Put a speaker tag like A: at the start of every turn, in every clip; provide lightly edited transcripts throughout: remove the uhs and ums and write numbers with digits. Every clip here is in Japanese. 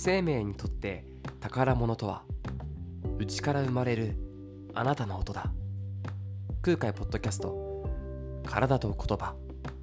A: 生命にとって宝物とは、内から生まれるあなたの音だ。空海ポッドキャスト、体と言葉。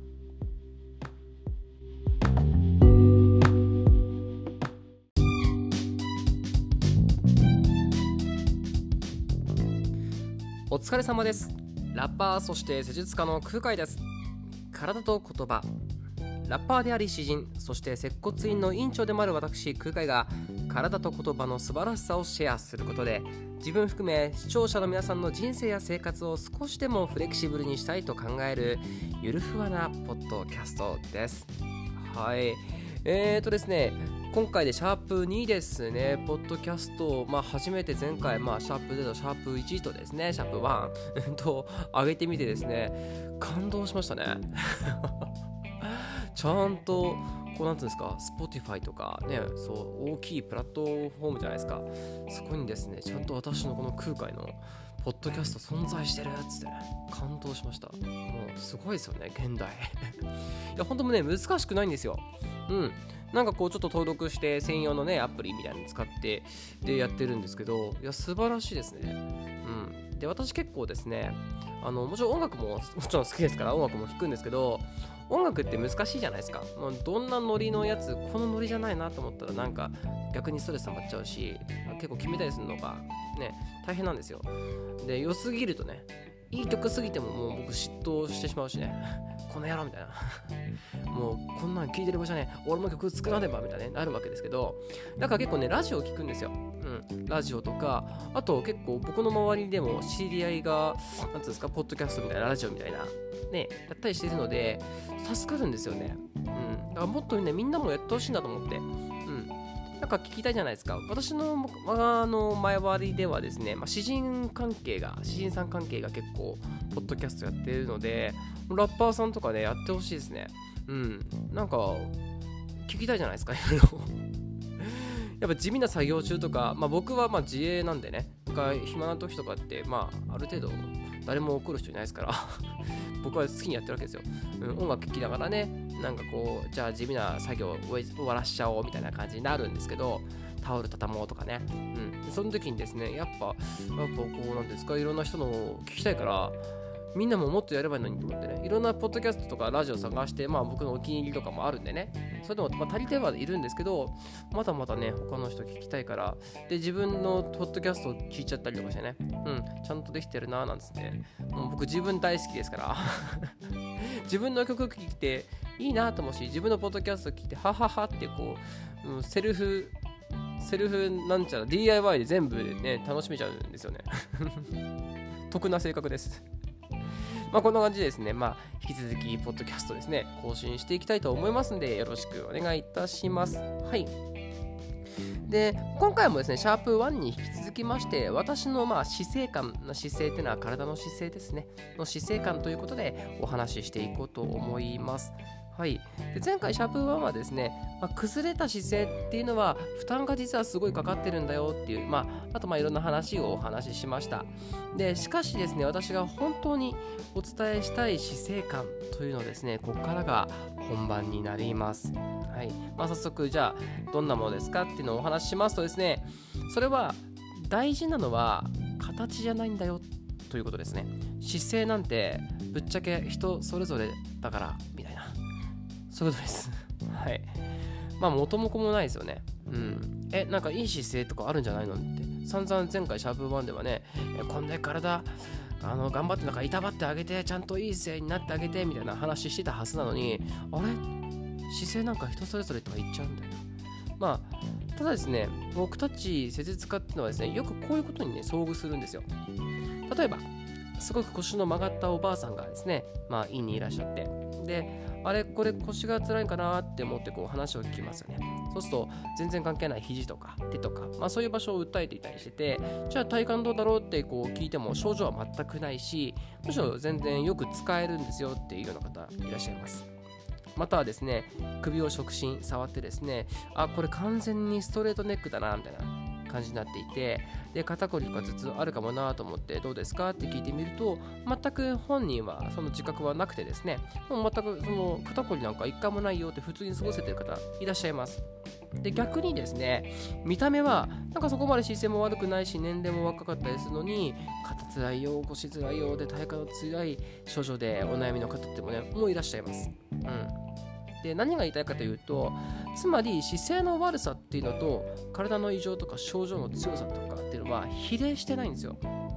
A: お疲れ様です。ラッパーそして施術家の空海です。体と言葉。ラッパーであり詩人、そして接骨院の院長でもある私空海が体と言葉の素晴らしさをシェアすることで、自分含め視聴者の皆さんの人生や生活を少しでもフレキシブルにしたいと考えるゆるふわなポッドキャストです。はい、ですね、今回でシャープ2ですね。ポッドキャスト、初めて前回、シャープ0、シャープ1とですね、シャープ1と上げてみてですね、感動しましたね。ちゃんとこうなんていうんですか、Spotify とかね、そう大きいプラットフォームじゃないですか。そこにですね、ちゃんと私のこの空海のポッドキャスト存在してるっつってね、感動しました。もうすごいですよね、現代。いや本当もね、難しくないんですよ。なんかこうちょっと登録して専用のねアプリみたいなの使ってでやってるんですけど、いや素晴らしいですね。で私結構ですね、もちろん音楽もちろん好きですから音楽も聴くんですけど、音楽って難しいじゃないですか。どんなノリのやつ、このノリじゃないなと思ったらなんか逆にストレス溜まっちゃうし、結構決めたりするのがね大変なんですよ。で良すぎるとね、いい曲すぎてももう僕嫉妬してしまうしね、この野郎みたいなもうこんなん聴いてる場所ね、俺も曲作らねばみたいな、なるわけですけど、だから結構ねラジオ聴くんですよ。ラジオとか、あと結構僕の周りでも知り合いがなんていうんですか、ポッドキャストみたいなラジオみたいなねやったりしてるので助かるんですよね。だからもっとねみんなもやってほしいなと思って、なんか聞きたいじゃないですか。私の前割りではですね、詩人さん関係が結構ポッドキャストやってるので、ラッパーさんとかねやってほしいですね。なんか聞きたいじゃないですか。やっぱ地味な作業中とか、僕は自営なんでね、暇な時とかってある程度誰も怒る人いないですから僕は好きにやってるわけですよ。音楽聴きながらね、なんかこうじゃあ地味な作業を終わらしちゃおうみたいな感じになるんですけど、タオル畳もうとかね、その時にですね、やっぱこうなんですか、いろんな人のを聞きたいから、みんなももっとやればいいのにと思ってね、いろんなポッドキャストとかラジオ探して、僕のお気に入りとかもあるんでね、それでも足りてはいるんですけど、まだまだね他の人聞きたいから、で自分のポッドキャストを聞いちゃったりとかしてね、ちゃんとできてるなーなんつって、もう僕自分大好きですから自分の曲聴いていいなと思うし、自分のポッドキャスト聞いてはははってこう、セルフなんちゃら DIY で全部ね楽しめちゃうんですよね。得な性格です。こんな感じでですね、引き続きポッドキャストですね更新していきたいと思いますので、よろしくお願いいたします。はい。で今回もですねシャープ1に引き続きまして、私の姿勢感の姿勢っていうのは体の姿勢ですねの姿勢感ということでお話ししていこうと思います。はい。で前回シャープ1はですね、崩れた姿勢っていうのは負担が実はすごいかかってるんだよっていう、あといろんな話をお話ししました。でしかしですね、私が本当にお伝えしたい姿勢感というのはですね、ここからが本番になります。はい。早速じゃあどんなものですかっていうのをお話ししますとですね、それは大事なのは形じゃないんだよということですね。姿勢なんてぶっちゃけ人それぞれだからみたいな、そういうことです。はい。元も子もないですよね。なんかいい姿勢とかあるんじゃないのって散々前回シャープ1ではね、こんな体頑張ってなんかいたばってあげて、ちゃんといい姿勢になってあげてみたいな話してたはずなのに、あれ姿勢なんか人それぞれとか言っちゃうみたいな。ただですね、僕たち施術家っていうのはですね、よくこういうことにね遭遇するんですよ。例えばすごく腰の曲がったおばあさんがですね、院にいらっしゃって、であれこれ腰が辛いかなって思ってこう話を聞きますよね。そうすると全然関係ない肘とか手とか、そういう場所を訴えていたりしてて、じゃあ体幹どうだろうってこう聞いても症状は全くないし、むしろ全然よく使えるんですよっていうような方いらっしゃいます。またはですね、首を触診触ってですね、これ完全にストレートネックだなみたいな、 感じになっていて、で肩こりとか頭痛あるかもなと思ってどうですかって聞いてみると、全く本人はその自覚はなくてですね、もう全くその肩こりなんか一回もないよって普通に過ごせてる方いらっしゃいます。で逆にですね、見た目はなんかそこまで姿勢も悪くないし年齢も若かったりするのに、肩つらいよ、腰つらいよで体幹のつらい症状でお悩みの方ってもね、もういらっしゃいます。で何が言いたいかというと、つまり姿勢の悪さっていうのと体の異常とか症状の強さとかっていうのは比例してないんですよ。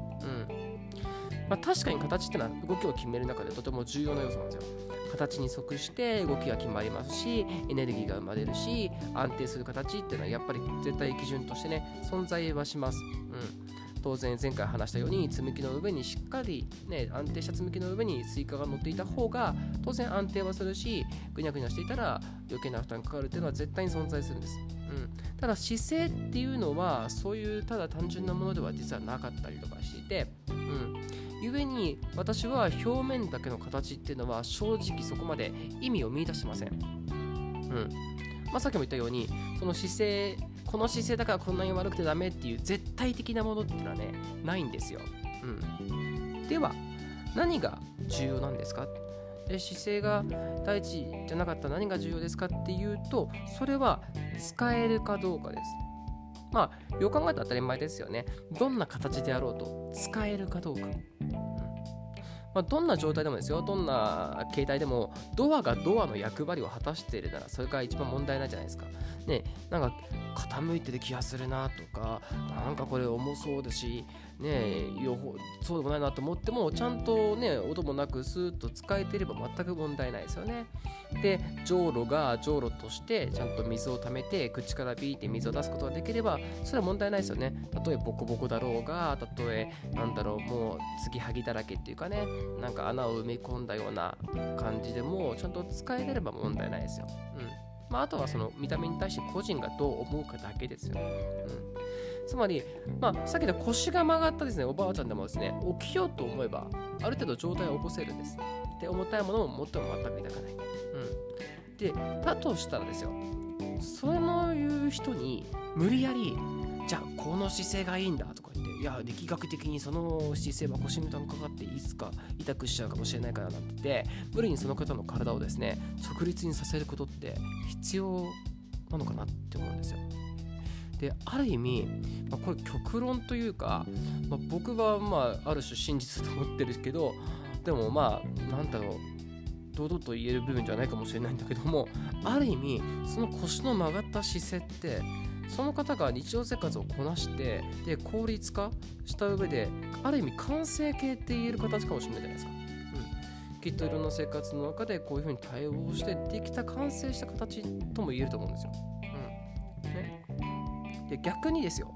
A: 確かに形ってのは動きを決める中でとても重要な要素なんですよ。形に即して動きが決まりますし、エネルギーが生まれるし、安定する形っていうのはやっぱり絶対基準としてね、存在はします。当然前回話したように積み木の上にしっかり、安定した積み木の上にスイカが乗っていた方が当然安定はするし、ぐにゃぐにゃしていたら余計な負担がかかるっていうのは絶対に存在するんです。ただ姿勢っていうのはそういうただ単純なものでは実はなかったりとかしていて、故に私は表面だけの形っていうのは正直そこまで意味を見出してません。さっきも言ったように、その姿勢、この姿勢だからこんなに悪くてダメっていう絶対的なものっていうのはね、ないんですよ。では何が重要なんですか？姿勢が第一じゃなかったら何が重要ですかっていうと、それは使えるかどうかです。よく考えたら当たり前ですよね。どんな形であろうと使えるかどうか。どんな状態でもですよ、どんな形態でもドアがドアの役割を果たしているならそれが一番問題ないじゃないですか。なんか傾いてる気がするなとか、なんかこれ重そうだし、そうでもないなと思ってもちゃんと音もなくスーッと使えていれば全く問題ないですよね。で、じょうろがじょうろとしてちゃんと水を溜めて口からビーって水を出すことができればそれは問題ないですよね。たとえボコボコだろうが、たとえもう継ぎはぎだらけっていうかね、なんか穴を埋め込んだような感じでもちゃんと使えれば問題ないですよ。あとはその見た目に対して個人がどう思うかだけですよ。つまり、さっきの腰が曲がったですね、おばあちゃんでもですね、起きようと思えばある程度状態を起こせるんです。で、重たいものも持っても全く痛かない。で、だとしたらですよ、そういう人に無理やりじゃあこの姿勢がいいんだとか言って、いや力学的にその姿勢は腰に負担かかっていつか痛くしちゃうかもしれないからなんて無理にその方の体をですね直立にさせることって必要なのかなって思うんですよ。で、ある意味、これ極論というか、僕はある種真実だと思ってるけど、でもなんだろう、堂々と言える部分じゃないかもしれないんだけども、ある意味その腰の曲がった姿勢ってその方が日常生活をこなしてで効率化した上である意味完成形って言える形かもしれないじゃないですか。きっといろんな生活の中でこういう風に対応してできた完成した形とも言えると思うんですよ。で、逆にですよ、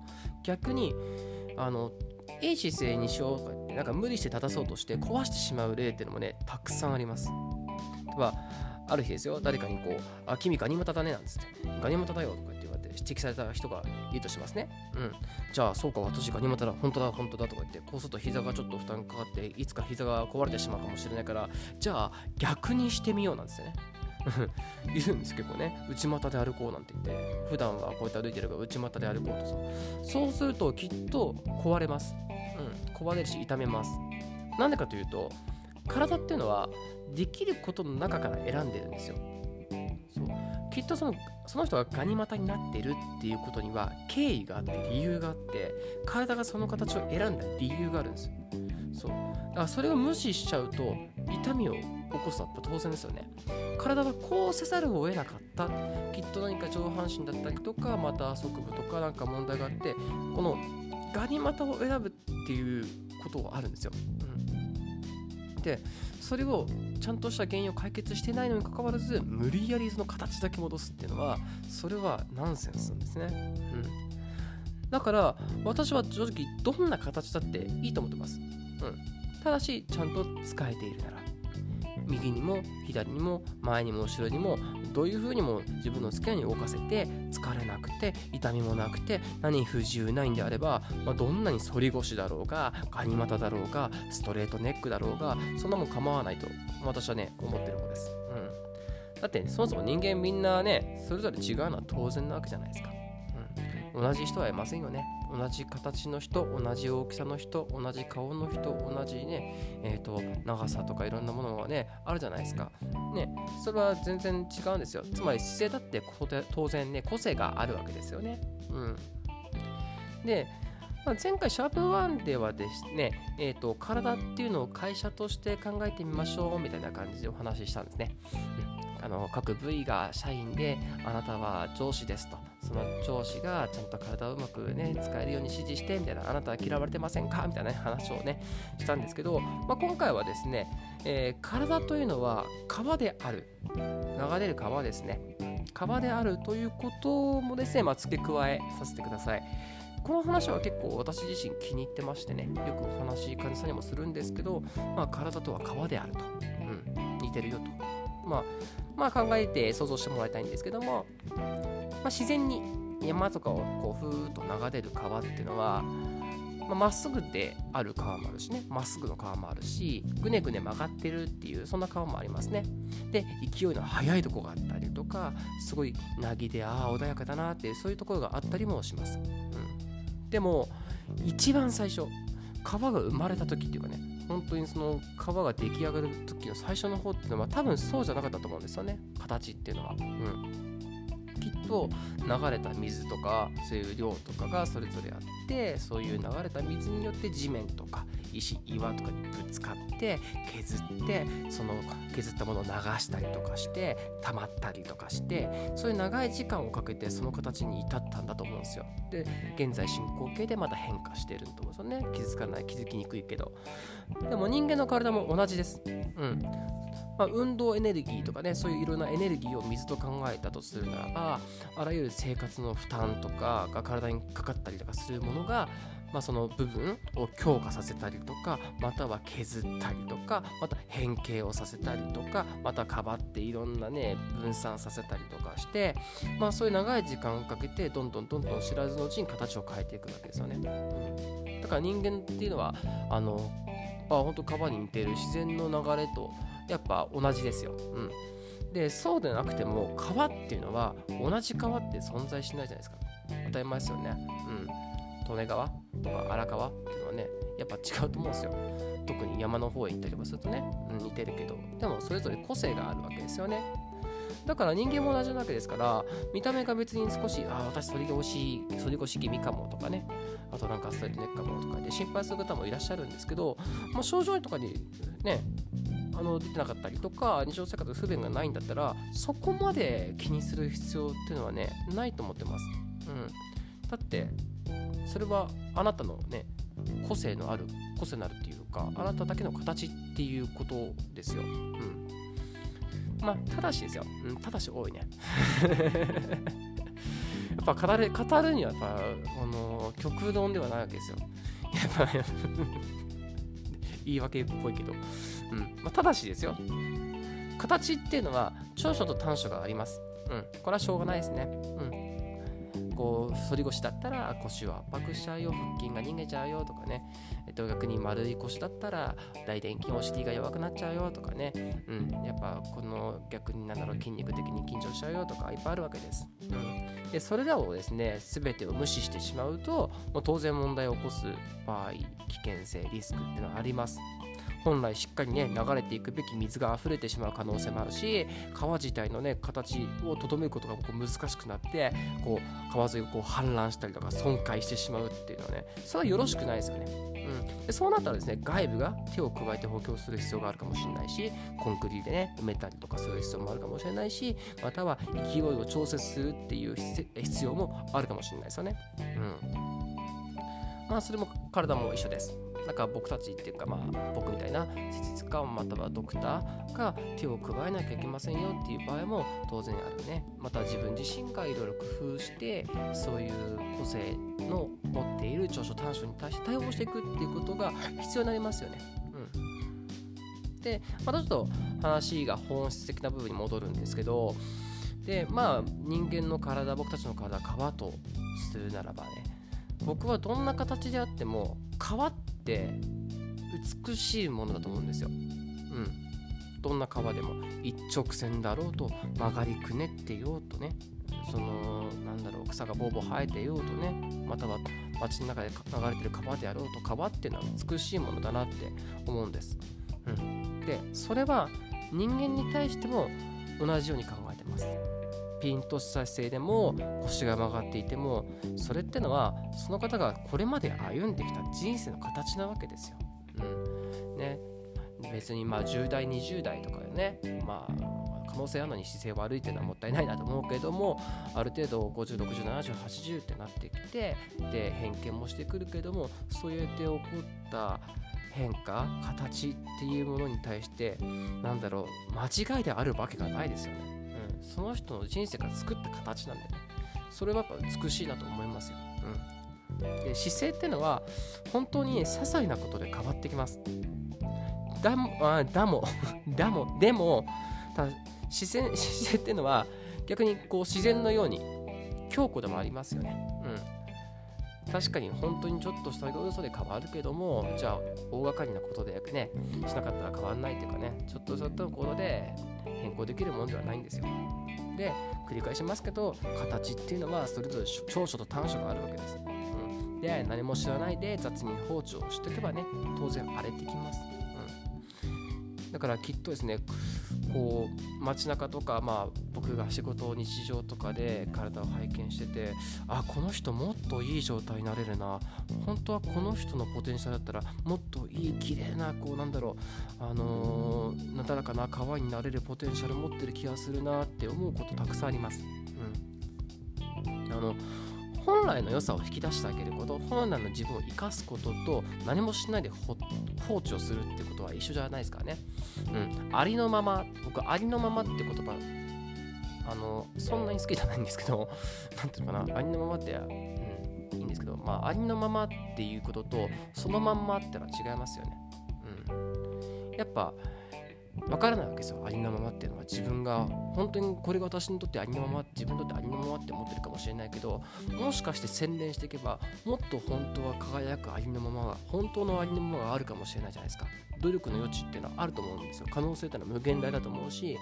A: いい姿勢にしようとか言ってなんか無理して立たそうとして壊してしまう例っていうのもねたくさんあります。ある日ですよ、誰かに君ガニ股だねなんつって、ガニ股だよとか言って言われて指摘された人がいるとしますね。じゃあそうか、私ガニ股だ、本当だとか言って、こうすると膝がちょっと負担かかっていつか膝が壊れてしまうかもしれないから、じゃあ逆にしてみようなんですよね。いるんです結構ね、内股で歩こうなんて言って、普段はこうやって歩いてれば内股で歩こうとさ、そうするときっと壊れます。壊れるし痛めます。なんでかというと、体っていうのはできることの中から選んでるんですよ。きっとその人がガニ股になっているっていうことには経緯があって理由があって、体がその形を選んだ理由があるんです。だからそれを無視しちゃうと痛みを起こすのは当然ですよね。体はこうせざるを得なかった、きっと何か上半身だったりとかまた側部とかなんか問題があって、このガニ股を選ぶっていうことがあるんですよ。で、それをちゃんとした原因を解決してないのにかかわらず無理やりその形だけ戻すっていうのは、それはナンセンスなんですね。だから私は正直どんな形だっていいと思ってます。ただしちゃんと使えているなら、右にも左にも前にも後ろにもどういう風にも自分の好きなように動かせて、疲れなくて痛みもなくて何不自由ないんであれば、どんなに反り腰だろうがガニ股だろうがストレートネックだろうがそんなもん構わないと私はね思ってる方です。だってそもそも人間みんなねそれぞれ違うのは当然なわけじゃないですか。 同じ人はいませんよね。同じ形の人、同じ大きさの人、同じ顔の人、同じね、長さとかいろんなものがね、あるじゃないですか。ね、それは全然違うんですよ。つまり姿勢だって当然ね、個性があるわけですよね。で、前回シャープ1ではですね、体っていうのを会社として考えてみましょうみたいな感じでお話ししたんですね。各部位が社員で、あなたは上司ですと。その上司がちゃんと体をうまくね使えるように指示してみたいな、あなたは嫌われてませんかみたいな、話をねしたんですけど、今回はですね、体というのは川である、流れる川ですね。川であるということもですね、付け加えさせてください。この話は結構私自身気に入ってましてね、よくお話患者さんにもするんですけど、体とは川であると、似てるよと、考えて想像してもらいたいんですけども、自然に山とかをこうふーっと流れる川っていうのは、まっすぐである川もあるしね、まっすぐの川もあるし、ぐねぐね曲がってるっていう、そんな川もありますね。で、勢いの速いとこがあったりとか、すごい凪で穏やかだなっていう、そういうところがあったりもします。でも一番最初、川が生まれた時っていうかね、本当にその川が出来上がる時の最初の方っていうのは多分そうじゃなかったと思うんですよね、形っていうのは。きっと流れた水とかそういう量とかがそれぞれあって、そういう流れた水によって地面とか石、岩とかにぶつかって削って、その削ったものを流したりとかして溜まったりとかして、そういう長い時間をかけてその形に至ったんだと思うんですよ。で、現在進行形でまた変化してると思うんですよね。気づきにくいけど、でも人間の体も同じです。運動エネルギーとかね、そういういろんなエネルギーを水と考えたとするならば、あらゆる生活の負担とかが体にかかったりとかするものが、その部分を強化させたりとか、または削ったりとか、また変形をさせたりとか、またかばっていろんなね分散させたりとかして、そういう長い時間をかけてどんどん知らずのうちに形を変えていくわけですよね。だから人間っていうのは本当川に似ている自然の流れとやっぱ同じですよ。で、そうでなくても川っていうのは同じ川って存在しないじゃないですか。当たり前ですよね。利根川とか荒川っていうのはね、やっぱ違うと思うんですよ。特に山の方へ行ったりもするとね、似てるけど、でもそれぞれ個性があるわけですよね。だから人間も同じなわけですから、見た目が別に少し私反り腰気味かもとかね、あとなんかストレートネックかもとかで心配する方もいらっしゃるんですけど、症状とかにね出てなかったりとか日常生活で不便がないんだったら、そこまで気にする必要っていうのはねないと思ってます。だってそれはあなたのね個性のあるっていうか、あなただけの形っていうことですよ。ただしですよ、ただし多いねやっぱ語るにはやっぱ極論ではないわけですよ。やっぱ言い訳っぽいけど、ただしですよ、形っていうのは長所と短所があります。これはしょうがないですね。こう反り腰だったら腰を圧迫しちゃうよ、腹筋が逃げちゃうよとかね、逆に丸い腰だったら大臀筋お尻が弱くなっちゃうよとかね、やっぱこの逆に筋肉的に緊張しちゃうよとかいっぱいあるわけです。でそれらをですね全てを無視してしまうと、当然問題を起こす場合、危険性リスクっていうのはあります。本来しっかりね流れていくべき水が溢れてしまう可能性もあるし、川自体のね形をとどめることが難しくなって、川沿いを氾濫したりとか損壊してしまうっていうのはね、それはよろしくないですよね。でそうなったらですね、外部が手を加えて補強する必要があるかもしれないし、コンクリでね埋めたりとかする必要もあるかもしれないし、または勢いを調節するっていう必要もあるかもしれないですよね。それも体も一緒です。だから僕たちっていうか、僕みたいな施術家またはドクターが手を加えなきゃいけませんよっていう場合も当然あるね。また自分自身がいろいろ工夫してそういう個性の持っている長所短所に対して対応していくっていうことが必要になりますよね。でまたちょっと話が本質的な部分に戻るんですけど、で人間の体、僕たちの体は川とするならばね、僕はどんな形であっても川って美しいものだと思うんですよ。どんな川でも一直線だろうと曲がりくねってようとね、 草がボーボー生えていようとね、または街の中で流れてる川であろうと、川っていうのは美しいものだなって思うんです。でそれは人間に対しても同じように考えてます。ピンとした姿勢でも腰が曲がっていても、それってのはその方がこれまで歩んできた人生の形なわけですよ。別に10代20代とかでね、可能性あるのに姿勢悪いっていうのはもったいないなと思うけれども、ある程度50、60、70、80ってなってきて、で偏見もしてくるけれども、そうやって起こった変化、形っていうものに対して間違いであるわけがないですよね。その人の人生から作った形なんでね、それはやっぱ美しいなと思いますよ。で姿勢ってのは本当に些細なことで変わってきます。でも姿勢ってのは逆に自然のように強固でもありますよね。確かに本当にちょっとした要素で変わるけども、じゃあ大掛かりなことでねしなかったら変わらないというかね、ちょっとのことで変更できるものではないんですよ。で繰り返しますけど、形っていうのはそれぞれ長所と短所があるわけです。で何も知らないで雑に放置をしておけばね、当然荒れてきます。だからきっとですね、街中とか、僕が仕事日常とかで体を拝見してて、この人もっといい状態になれるな、本当はこの人のポテンシャルだったらもっといい綺麗ななだらかな川になれるポテンシャル持ってる気がするなって思うことたくさんあります。本来の良さを引き出してあげること、本来の自分を生かすことと何もしないで放置をするってことは一緒じゃないですからね。ありのまま、僕ありのままって言葉そんなに好きじゃないんですけどなんていうのかな、ありのままって、いいんですけど、ありのままっていうこととそのまんまってのは違いますよね。やっぱわからないわけですよ。ありのままっていうのは、自分が本当にこれが私にとってありのまま、自分にとってありのままって思ってるかもしれないけど、もしかして洗練していけばもっと本当は輝くありのままが、本当のありのままがあるかもしれないじゃないですか。努力の余地っていうのはあると思うんですよ。可能性っていうのは無限大だと思うし、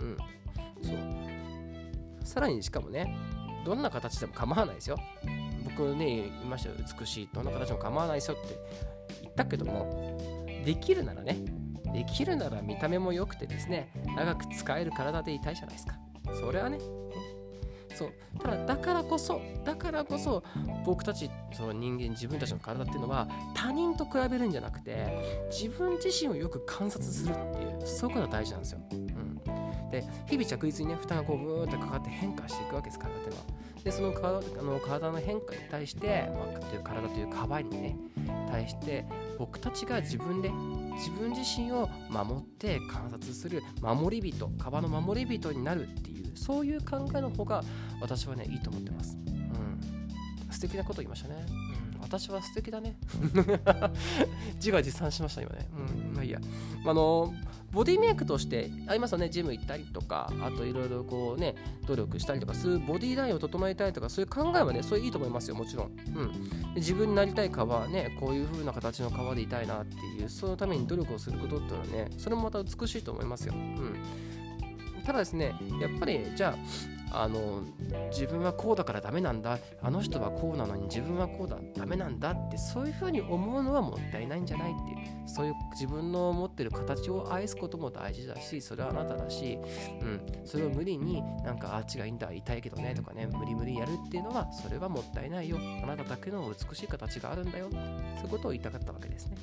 A: さらにしかもね、どんな形でも構わないですよ。僕ね言いましたよ、美しいどんな形でも構わないですよって言ったけども、できるなら見た目も良くてですね、長く使える体でいたいじゃないですか。それはね、ただだからこそ僕たちその人間、自分たちの体っていうのは他人と比べるんじゃなくて、自分自身をよく観察するっていう、そういうことが大事なんですよ。で日々着実にね、負担がブーンとかかって変化していくわけです、体っていうのは。でその体の変化に対して、体という川にね対して僕たちが自分自身を守って観察する守り人、川の守り人になるっていう、そういう考えの方が私はねいいと思ってます。素敵なこと言いましたね。私は素敵だね自画自賛しました今ね。いいや、ボディメイクとしてありますよね。ジム行ったりとか、あといろいろ努力したりとか、そういうボディラインを整えたいとか、そういう考えはね、それいいと思いますよ、もちろん。で自分になりたい顔はね、こういう風な形の顔でいたいなっていう、そのために努力をすることっていうのはね、それもまた美しいと思いますよ。ただですね、やっぱりじゃあ自分はこうだからダメなんだ、あの人はこうなのに自分はこうだダメなんだって、そういう風に思うのはもったいないんじゃないっていう、そういう自分の持ってる形を愛すことも大事だし、それはあなただし、それを無理にあっちがいいんだ、痛いけどねとかね、無理やるっていうのは、それはもったいないよ、あなただけの美しい形があるんだよ、そういうことを言いたかったわけですね。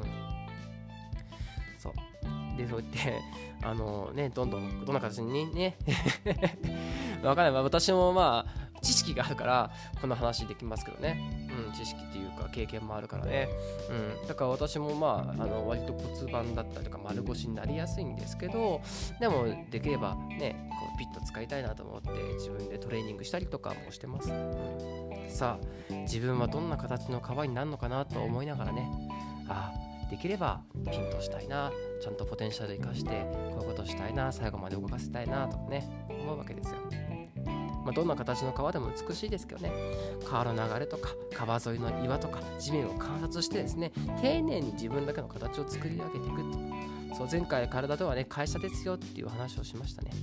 A: そうで、そうやってどんな形にねわかんない、私も知識があるからこの話できますけどね。知識っていうか経験もあるからね。だから私も割と骨盤だったりとか丸腰になりやすいんですけど、でもできればねピッと使いたいなと思って自分でトレーニングしたりとかもしてます。さあ自分はどんな形の皮になるのかなと思いながらね、できればピンとしたいな、ちゃんとポテンシャル生かしてこういうことしたいな、最後まで動かせたいなとかね思うわけですよ。どんな形の川でも美しいですけどね、川の流れとか川沿いの岩とか地面を観察してですね、丁寧に自分だけの形を作り上げていくと。そう、前回体とはね会社ですよっていう話をしましたね。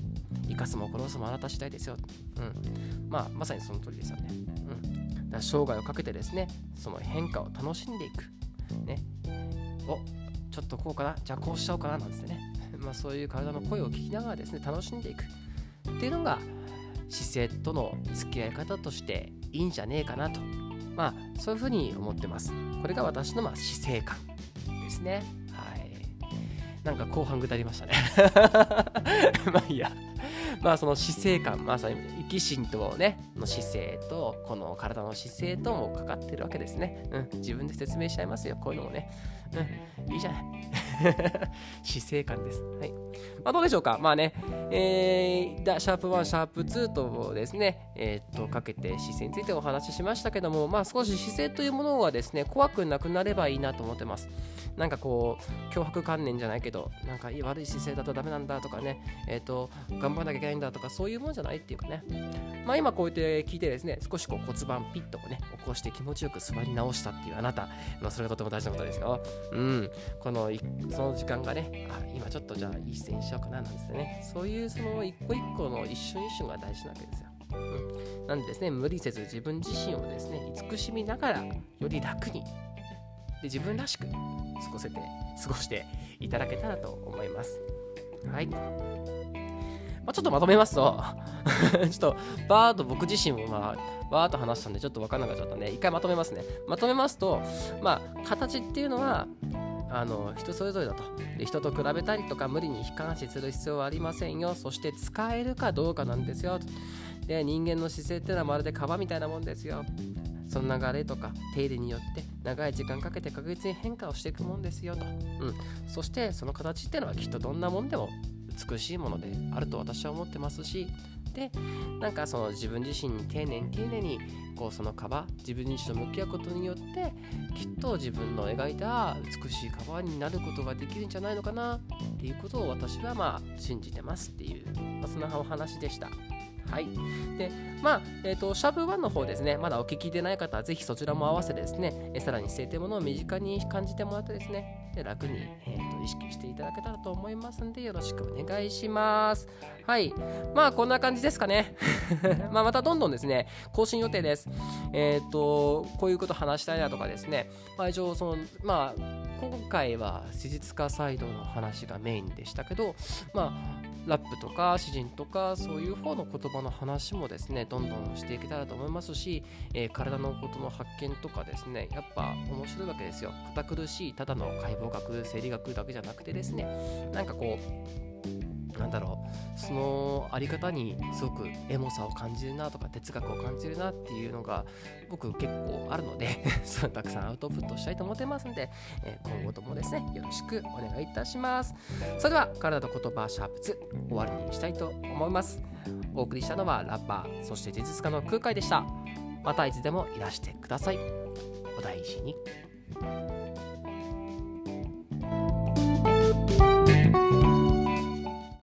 A: 生かすも殺すもあなた次第ですよ。まさにその通りですよね。だから生涯をかけてですね、その変化を楽しんでいく。ね。ちょっとこうかな、じゃあこうしちゃおうかななんですね。そういう体の声を聞きながらですね、楽しんでいくっていうのが姿勢との付き合い方としていいんじゃねえかなと、そういうふうに思ってます。これが私の姿勢感ですね。はい。なんか後半ぐだりましたね。いいや。その姿勢感、まさに生き心とねの姿勢とこの体の姿勢ともかかってるわけですね。自分で説明しちゃいますよ、こういうのもね。いいじゃない。姿勢感です。はい。どうでしょうか。シャープ1、シャープ2とですね、かけて姿勢についてお話ししましたけども、少し姿勢というものがですね、怖くなくなればいいなと思ってます。なんかこう、脅迫観念じゃないけど、なんか悪い姿勢だとダメなんだとかね、頑張らなきゃいけないんだとか、そういうもんじゃないっていうかね。今こうやって聞いてですね、少しこう骨盤ピッとね、起こして気持ちよく座り直したっていうあなた、それがとても大事なことですよ。その時間がね、今ちょっとじゃあいい姿勢にしようかななんですね。そういうその一個一個の一瞬一瞬が大事なわけですよ。なんでですね、無理せず自分自身をですね、慈しみながらより楽にで自分らしく過ごしていただけたらと思います。はい。ちょっとまとめますとちょっとバーッと僕自身もバーッと話したんでちょっと分からなくなっちゃったんで一回まとめますね。まとめますと、形っていうのは人それぞれだと。で、人と比べたりとか無理に悲観視する必要はありませんよ。そして使えるかどうかなんですよ。で、人間の姿勢っていうのはまるで川みたいなもんですよ。その流れとか手入れによって長い時間かけて確実に変化をしていくもんですよと。そしてその形っていうのはきっとどんなもんでも美しいものであると私は思ってますし、で、なんかその自分自身に丁寧にこうその自分自身と向き合うことによってきっと自分の描いた美しいカバーになることができるんじゃないのかなっていうことを私は信じてますっていう、そんなお話でした。はい。で、シャープ1の方ですね、まだお聞きでない方はぜひそちらも合わせてですね、さらに姿勢というものを身近に感じてもらってですね、楽に、意識していただけたらと思いますんで、よろしくお願いします。はい。こんな感じですかね。またどんどんですね、更新予定です。こういうこと話したいなとかですね、一応今回は史実化サイドの話がメインでしたけど、ラップとか詩人とかそういう方の言葉の話もですねどんどんしていけたらと思いますし、体のことの発見とかですねやっぱ面白いわけですよ。堅苦しいただの解剖学生理学だけじゃなくてですね、なんかこうそのあり方にすごくエモさを感じるなとか哲学を感じるなっていうのが僕結構あるのでそれたくさんアウトプットしたいと思ってますので、今後ともですねよろしくお願いいたします。それでは体と言葉シャープ2終わりにしたいと思います。お送りしたのはラッパーそして実家の空海でした。またいつでもいらしてください。お大事に。